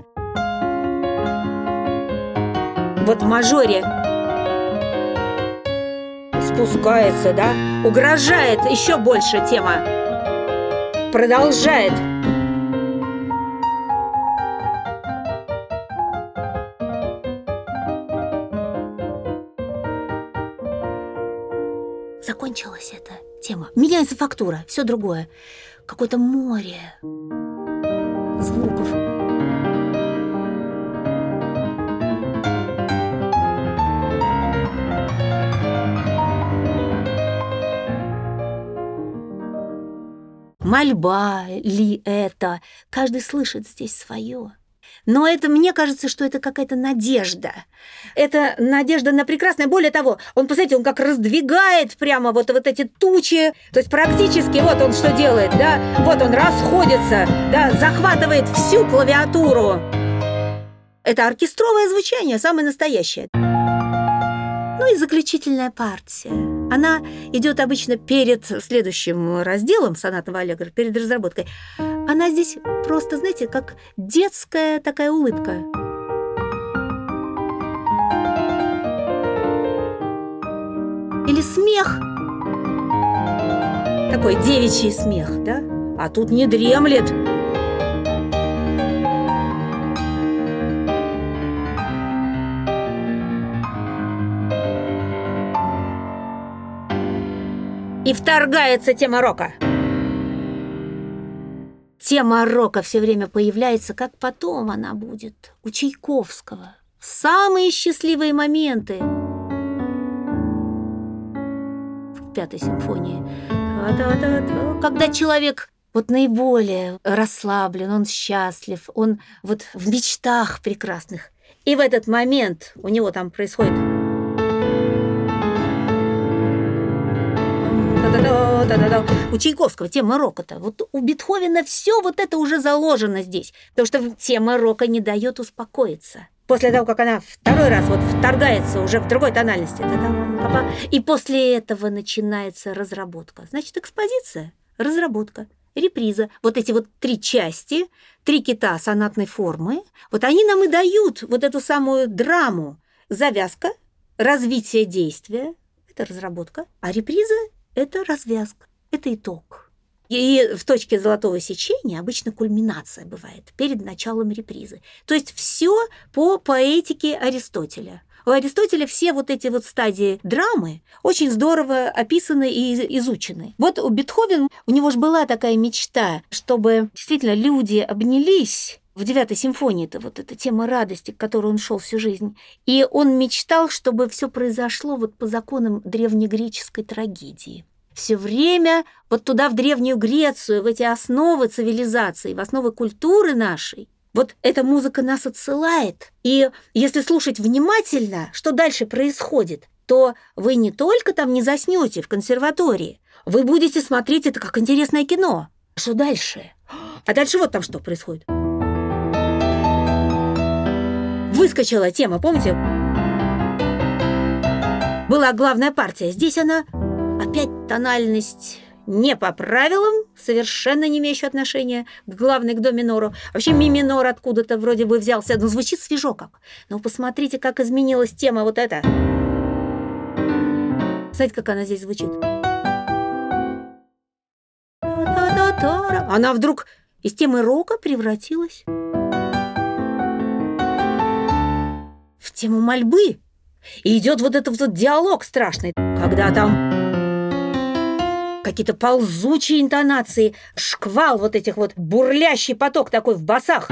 Вот в мажоре спускается, да? Угрожает еще больше тема. Продолжает. Закончилась эта тема. Меняется фактура, все другое. Какое-то море звуков. Мольба ли это? Каждый слышит здесь свое. Но это, мне кажется, что это какая-то надежда. Это надежда на прекрасное. Более того, он, посмотрите, он как раздвигает прямо вот эти тучи. То есть практически вот он что делает, да? Вот он расходится, да, захватывает всю клавиатуру. Это оркестровое звучание, самое настоящее. Ну и заключительная партия. Она идет обычно перед следующим разделом сонатного аллегро, перед разработкой. Она здесь просто, знаете, как детская такая улыбка. Или смех. Такой девичий смех, да? А тут не дремлет. И вторгается тема рока. Тема рока все время появляется, как потом она будет у Чайковского. Самые счастливые моменты. В Пятой симфонии. Когда человек вот наиболее расслаблен, он счастлив, он вот в мечтах прекрасных. И в этот момент у него там происходит... У Чайковского тема рока-то. Вот у Бетховена все вот это уже заложено здесь. Потому что тема рока не дает успокоиться. После того, как она второй раз вот вторгается уже в другой тональности. И после этого начинается разработка. Значит, экспозиция, разработка, реприза. Вот эти вот 3 части, 3 кита сонатной формы, вот они нам и дают вот эту самую драму. Завязка, развитие действия, это разработка, а реприза — это развязка, это итог. И в точке золотого сечения обычно кульминация бывает перед началом репризы. То есть все по поэтике Аристотеля. У Аристотеля все вот эти вот стадии драмы очень здорово описаны и изучены. Вот у Бетховена, у него же была такая мечта, чтобы действительно люди обнялись. В 9-й симфонии это вот эта тема радости, к которой он шел всю жизнь. И он мечтал, чтобы все произошло вот по законам древнегреческой трагедии. Все время вот туда, в Древнюю Грецию, в эти основы цивилизации, в основы культуры нашей. Вот эта музыка нас отсылает. И если слушать внимательно, что дальше происходит, то вы не только там не заснете в консерватории, вы будете смотреть это как интересное кино. Что дальше? А дальше вот там что происходит. Выскочила тема, помните? Была главная партия. Здесь она опять тональность не по правилам, совершенно не имеющая отношения к главной, к до минору. Вообще ми минор откуда-то вроде бы взялся, но звучит свежо как. Но посмотрите, как изменилась тема вот эта. Знаете, как она здесь звучит? Она вдруг из темы рока превратилась в тему мольбы. И идет вот этот вот диалог страшный, когда там какие-то ползучие интонации, шквал вот этих вот, бурлящий поток такой в басах.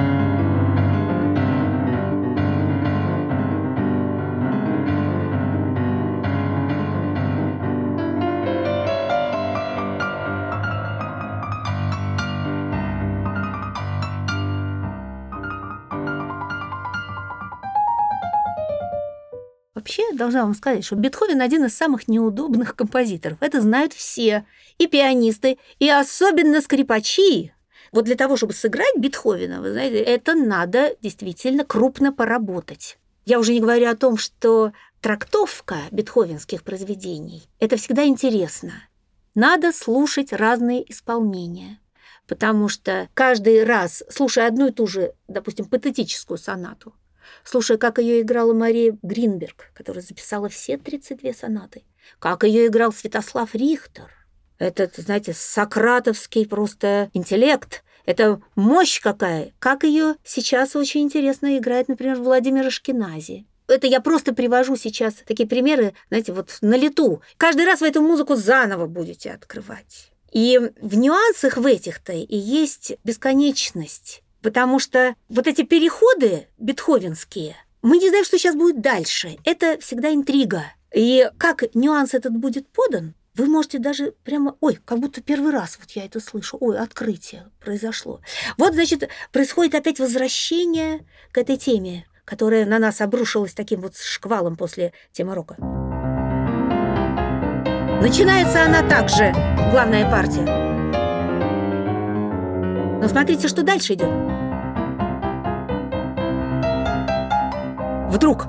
Вообще, должна вам сказать, что Бетховен один из самых неудобных композиторов. Это знают все. И пианисты, и особенно скрипачи. Вот для того, чтобы сыграть Бетховена, вы знаете, это надо действительно крупно поработать. Я уже не говорю о том, что трактовка бетховенских произведений – это всегда интересно. Надо слушать разные исполнения. Потому что каждый раз, слушая одну и ту же, допустим, патетическую сонату, слушая, как ее играла Мария Гринберг, которая записала все 32 сонаты, как ее играл Святослав Рихтер. Это, знаете, сократовский просто интеллект. Это мощь какая. Как ее сейчас очень интересно играет, например, Владимир Ашкенази. Это я просто привожу сейчас такие примеры, знаете, вот на лету. Каждый раз вы эту музыку заново будете открывать. И в нюансах в этих-то и есть бесконечность. Потому что вот эти переходы бетховенские, мы не знаем, что сейчас будет дальше. Это всегда интрига. И как нюанс этот будет подан, Вы можете даже прямо, ой, как будто первый раз вот я это слышу, ой, открытие произошло. Вот, значит, происходит опять возвращение к этой теме, которая на нас обрушилась таким вот шквалом после темы рока. Начинается она также, главная партия. Но смотрите, что дальше идет. Вдруг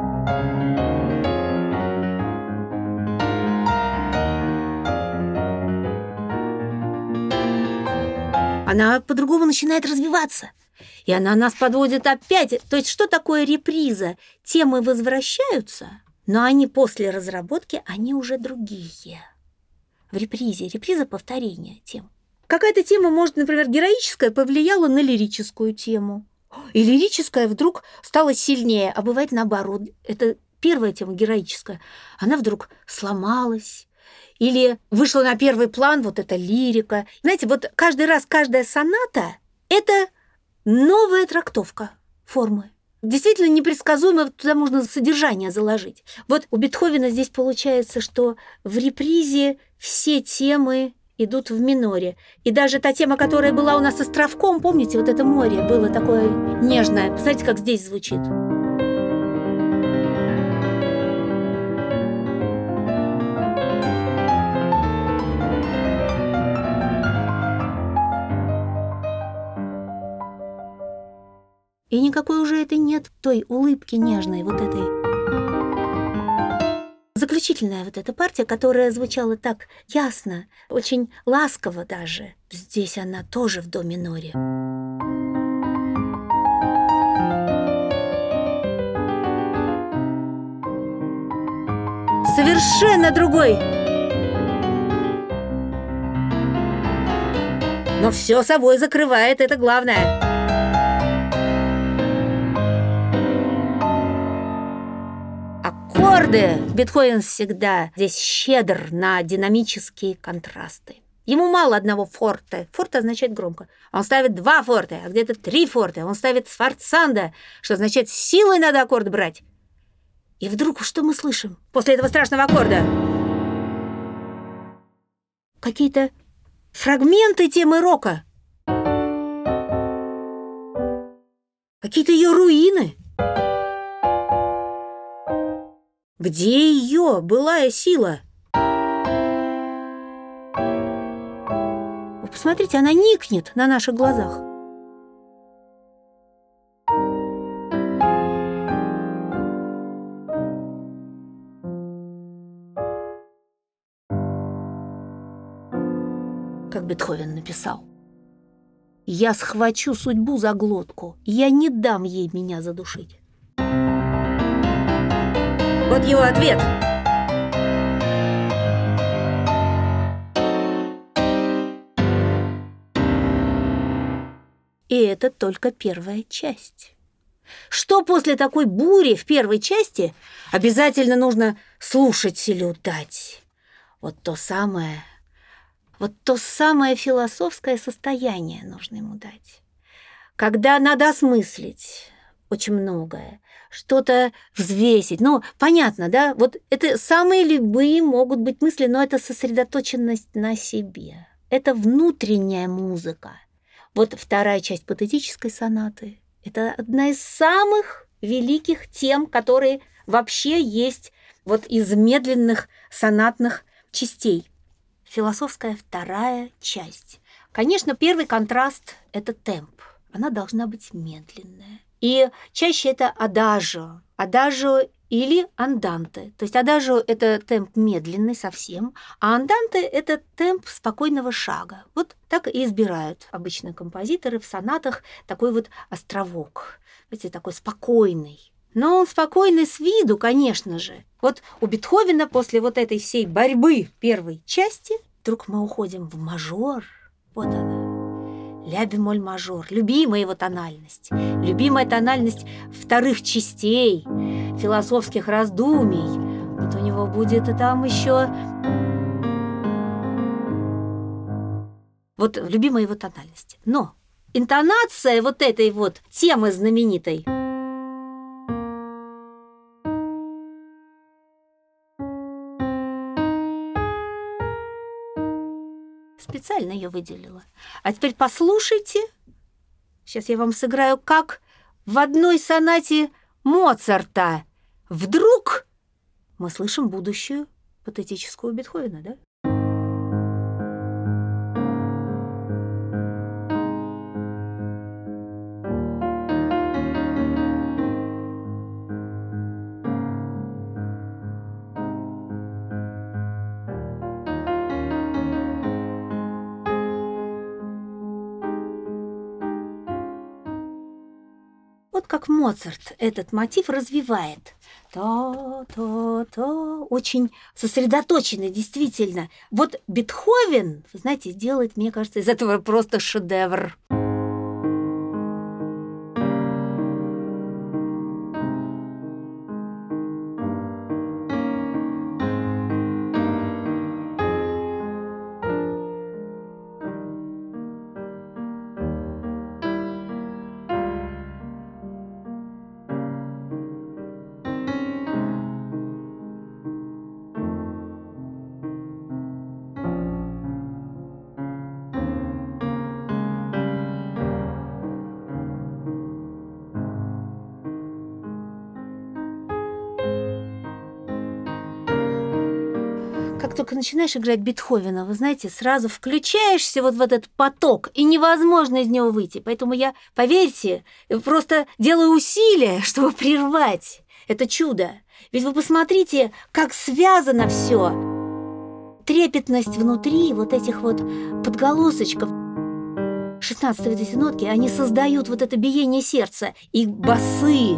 она по-другому начинает развиваться. И она нас подводит опять. То есть что такое реприза? Темы возвращаются, но они после разработки, они уже другие. В репризе. Реприза — повторение тем. Какая-то тема, может, например, героическая, повлияла на лирическую тему. И лирическая вдруг стала сильнее, а бывает наоборот. Это первая тема, героическая. Она вдруг сломалась. Или вышла на первый план вот эта лирика. Знаете, вот каждый раз каждая соната — это новая трактовка формы. Действительно непредсказуемо, туда можно содержание заложить. Вот у Бетховена здесь получается, что в репризе все темы идут в миноре. И даже та тема, которая была у нас островком, помните, вот это море было такое нежное. Посмотрите, как здесь звучит. И никакой уже это нет той улыбки нежной, вот этой. Заключительная вот эта партия, которая звучала так ясно, очень ласково даже. Здесь она тоже в до миноре. Совершенно другой. Но все собой закрывает, это главное. Аккорды. Бетховен всегда здесь щедр на динамические контрасты. Ему мало одного форте. Форте означает громко. Он ставит 2 форте, а где-то 3 форте. Он ставит сфорцандо, что означает силой надо аккорд брать. И вдруг что мы слышим после этого страшного аккорда? Какие-то фрагменты темы рока. Какие-то ее руины. Где ее былая сила? Вы посмотрите, она никнет на наших глазах. Как Бетховен написал: «Я схвачу судьбу за глотку, я не дам ей меня задушить». Вот его ответ. И это только первая часть. Что после такой бури в первой части обязательно нужно слушателю дать? Вот то самое философское состояние нужно ему дать. Когда надо осмыслить очень многое, что-то взвесить. Ну, понятно, да? Вот это самые любые могут быть мысли, но это сосредоточенность на себе. Это внутренняя музыка. Вот вторая часть патетической сонаты – это одна из самых великих тем, которые вообще есть вот из медленных сонатных частей. Философская вторая часть. Конечно, первый контраст – это темп. Она должна быть медленная. И чаще это адажио. Адажио или анданте. То есть адажио – это темп медленный совсем, а анданте – это темп спокойного шага. Вот так и избирают обычно композиторы в сонатах такой вот островок. Видите, такой спокойный. Но он спокойный с виду, конечно же. Вот у Бетховена после вот этой всей борьбы первой части вдруг мы уходим в мажор. Вот она. Ля бемоль мажор, любимая его тональность, любимая тональность вторых частей, философских раздумий. Вот у него будет и там еще вот любимая его тональность. Но интонация вот этой вот темы знаменитой специально ее выделила. А теперь послушайте. Сейчас я вам сыграю, как в одной сонате Моцарта вдруг мы слышим будущую патетическую Бетховена, да? Вот как Моцарт этот мотив развивает. То-то-то. Очень сосредоточенно, действительно. Вот Бетховен, вы знаете, делает, мне кажется, из этого просто шедевр. Как только начинаешь играть Бетховена, вы знаете, сразу включаешься вот в этот поток, и невозможно из него выйти. Поэтому я, поверьте, просто делаю усилия, чтобы прервать это чудо. Ведь вы посмотрите, как связано все. Трепетность внутри вот этих вот подголосочков. 16 вот эти нотки, они создают вот это биение сердца. И басы,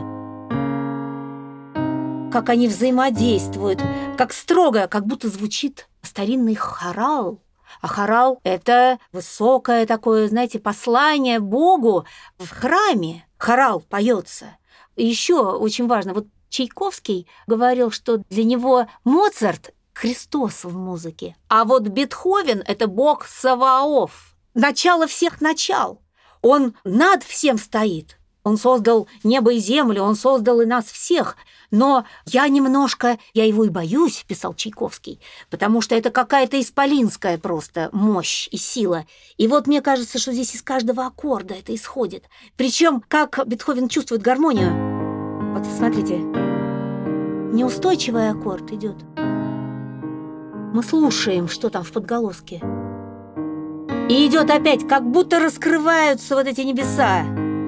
как они взаимодействуют, как строго, как будто звучит старинный хорал. А хорал – это высокое такое, знаете, послание Богу в храме. Хорал поется. И еще очень важно, вот Чайковский говорил, что для него Моцарт – Христос в музыке, а вот Бетховен – это Бог Саваоф, начало всех начал. Он над всем стоит. Он создал небо и землю, он создал и нас всех. Но я его и боюсь, писал Чайковский, потому что это какая-то исполинская просто мощь и сила. И вот мне кажется, что здесь из каждого аккорда это исходит. Причем как Бетховен чувствует гармонию. Вот смотрите, неустойчивый аккорд идет. Мы слушаем, что там в подголоске. И идет опять, как будто раскрываются вот эти небеса.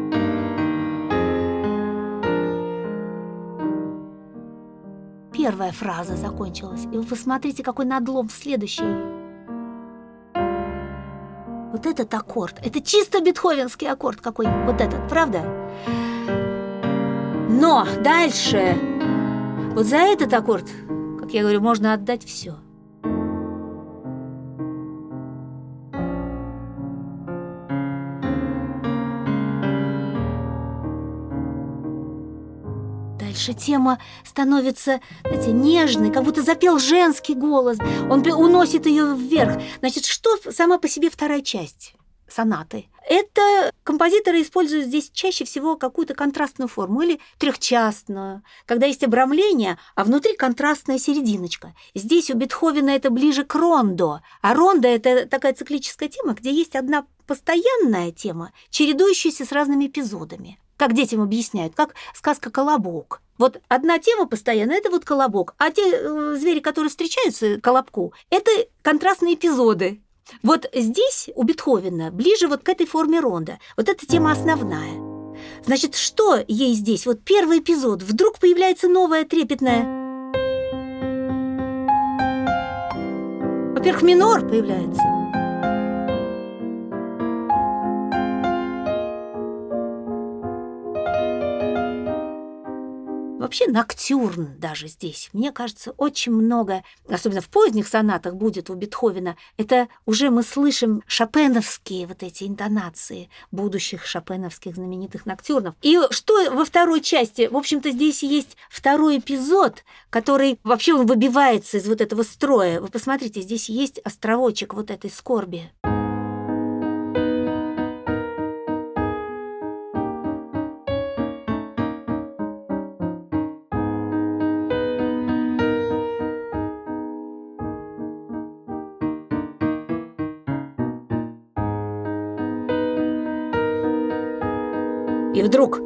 Первая фраза закончилась. И вы посмотрите, какой надлом в следующей. Вот этот аккорд. Это чисто бетховенский аккорд какой. Вот этот, правда? Но дальше вот за этот аккорд, как я говорю, можно отдать все. Дальше тема становится, знаете, нежной, как будто запел женский голос. Он уносит ее вверх. Значит, что сама по себе вторая часть сонаты? Это композиторы используют здесь чаще всего какую-то контрастную форму или трехчастную, когда есть обрамление, а внутри контрастная серединочка. Здесь у Бетховена это ближе к рондо, а рондо – это такая циклическая тема, где есть одна постоянная тема, чередующаяся с разными эпизодами. Как детям объясняют, как сказка «Колобок». Вот одна тема постоянно – это вот колобок, а те звери, которые встречаются колобку, это контрастные эпизоды. Вот здесь у Бетховена ближе вот к этой форме ронда. Вот эта тема основная. Значит, что ей здесь? Вот первый эпизод. Вдруг появляется новая трепетная. Во-первых, минор появляется. Вообще ноктюрн даже здесь, мне кажется, очень много, особенно в поздних сонатах будет у Бетховена, это уже мы слышим шопеновские вот эти интонации будущих шопеновских знаменитых ноктюрнов. И что во второй части? В общем-то, здесь есть второй эпизод, который вообще он выбивается из вот этого строя. Вы посмотрите, здесь есть островочек вот этой скорби. И вдруг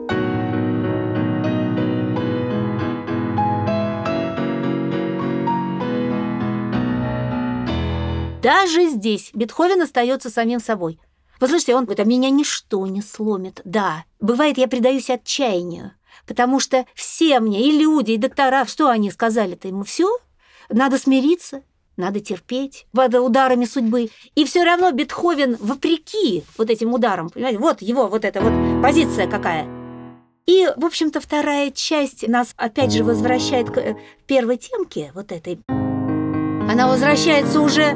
даже здесь Бетховен остается самим собой. Вы слышите, он говорит, а меня ничто не сломит. Да, бывает, я предаюсь отчаянию, потому что все мне, и люди, и доктора, что они сказали-то ему? Все, надо смириться, надо терпеть под ударами судьбы. И все равно Бетховен, вопреки вот этим ударам, понимаете, вот его вот эта вот позиция какая. И, в общем-то, вторая часть нас опять же возвращает к первой темке вот этой. Она возвращается уже...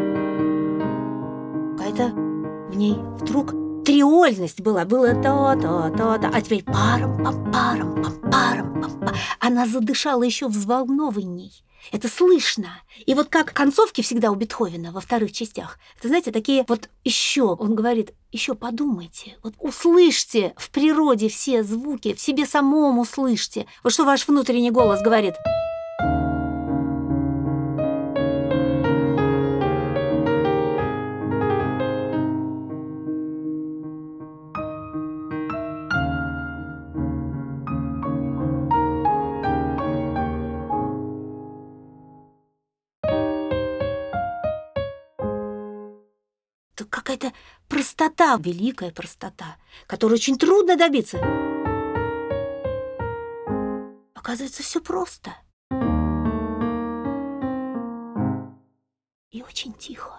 Какая-то в ней вдруг триольность была. Было то-то, а теперь парам-пам-парам-пам-парам-пам-пам. Она задышала еще взволнованней. Это слышно. И вот как концовки всегда у Бетховена во вторых частях. Это, знаете, такие вот еще, он говорит, еще подумайте, вот услышьте в природе все звуки, в себе самом услышьте. Вот что ваш внутренний голос говорит. Какая-то простота, великая простота, которую очень трудно добиться. Оказывается, все просто. И очень тихо.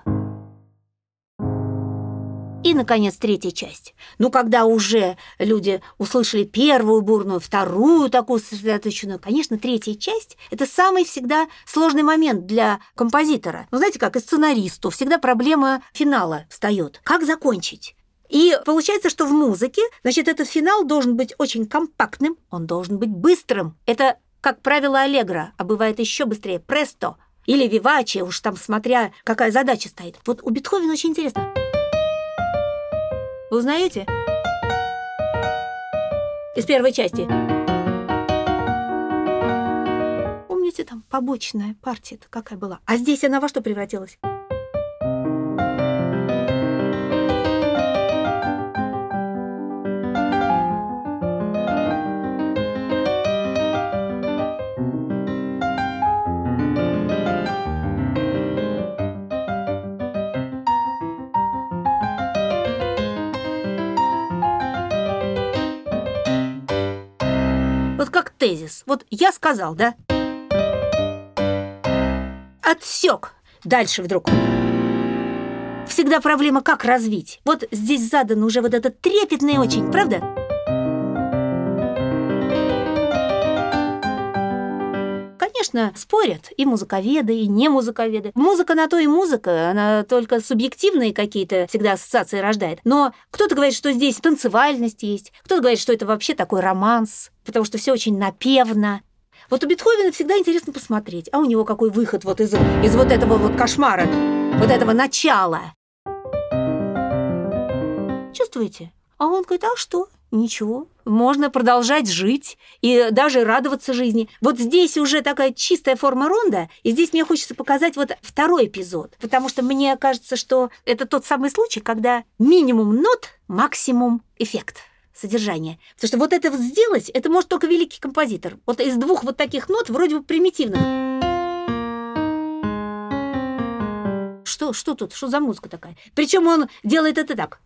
И, наконец, третья часть. Ну, когда уже люди услышали первую бурную, вторую такую сосредоточенную, конечно, третья часть – это самый всегда сложный момент для композитора. Ну, знаете, как и сценаристу, всегда проблема финала встает. Как закончить? И получается, что в музыке, значит, этот финал должен быть очень компактным, он должен быть быстрым. Это, как правило, аллегро, а бывает еще быстрее – престо или виваче, уж там смотря, какая задача стоит. Вот у Бетховена очень интересно. Вы узнаете? Из первой части. Помните, там побочная партия-то какая была? А здесь она во что превратилась? Вот как тезис. Вот я сказал, да? Отсек. Дальше вдруг. Всегда проблема, как развить. Вот здесь задан уже вот этот трепетный очень, правда? Конечно, спорят и музыковеды, и не музыковеды. Музыка на то и музыка, она только субъективные какие-то всегда ассоциации рождает. Но кто-то говорит, что здесь танцевальность есть, кто-то говорит, что это вообще такой романс, потому что все очень напевно. Вот у Бетховена всегда интересно посмотреть, а у него какой выход вот из вот этого вот кошмара, вот этого начала. Чувствуете? А он говорит, а что? Ничего, можно продолжать жить и даже радоваться жизни. Вот здесь уже такая чистая форма ронда, и здесь мне хочется показать вот второй эпизод, потому что мне кажется, что это тот самый случай, когда минимум нот, максимум эффект, содержание. Потому что вот это вот сделать, это может только великий композитор. Вот из двух вот таких нот, вроде бы примитивных. Что тут? Что за музыка такая? Причем он делает это так.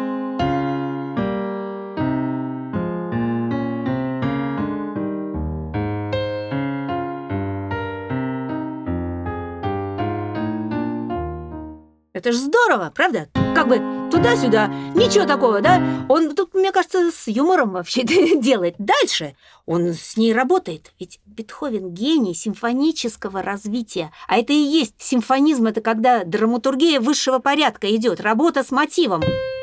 Это ж здорово, правда? Как бы туда-сюда, ничего такого, да? Он тут, мне кажется, с юмором вообще делает. Дальше он с ней работает. Ведь Бетховен гений симфонического развития. А это и есть симфонизм, это когда драматургия высшего порядка идет, работа с мотивом.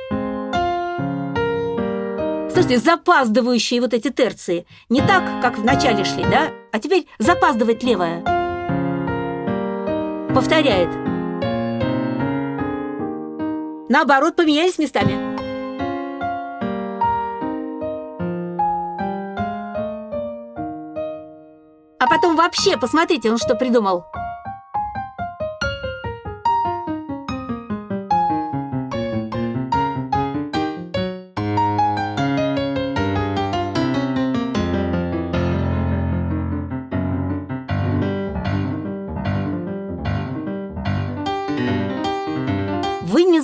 Слушайте, запаздывающие вот эти терции. Не так, как в начале шли, да? А теперь запаздывает левая. Повторяет. Наоборот, поменялись местами. А потом вообще, посмотрите, он что придумал.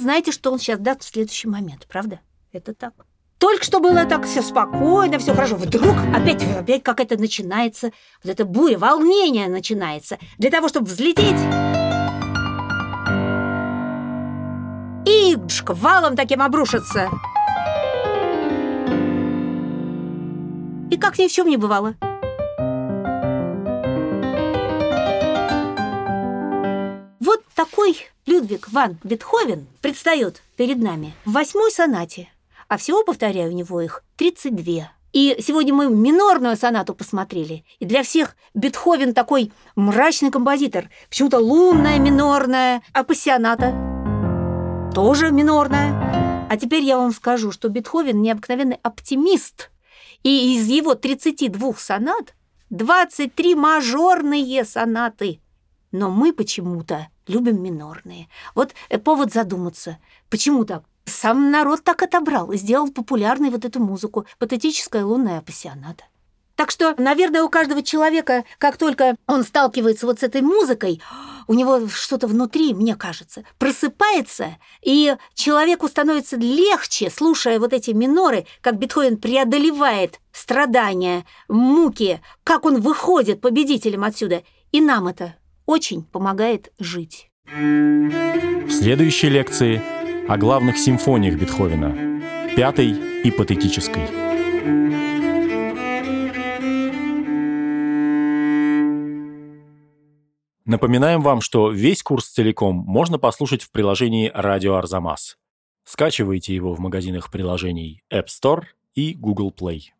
знаете, что он сейчас даст в следующий момент, правда? Это так. Только что было так все спокойно, все хорошо. Вдруг опять какая-то начинается, вот эта буря, волнение начинается. Для того, чтобы взлететь, и шквалом таким обрушится. И как ни в чем не бывало. Вот такой Людвиг ван Бетховен предстает перед нами в 8-й сонате. А всего, повторяю, у него их 32. И сегодня мы минорную сонату посмотрели. И для всех Бетховен такой мрачный композитор. Почему-то лунная, минорная, апассионата тоже минорная. А теперь я вам скажу, что Бетховен необыкновенный оптимист. И из его 32 сонат 23 мажорные сонаты. Но мы почему-то любим минорные. Вот повод задуматься. Почему так? Сам народ так отобрал и сделал популярной вот эту музыку. Патетическая лунная апассионата. Так что, наверное, у каждого человека, как только он сталкивается вот с этой музыкой, у него что-то внутри, мне кажется, просыпается, и человеку становится легче, слушая вот эти миноры, как Бетховен преодолевает страдания, муки, как он выходит победителем отсюда. И нам это очень помогает жить. В следующей лекции о главных симфониях Бетховена, 5-й и патетической. Напоминаем вам, что весь курс целиком можно послушать в приложении «Радио Арзамас». Скачивайте его в магазинах приложений App Store и Google Play.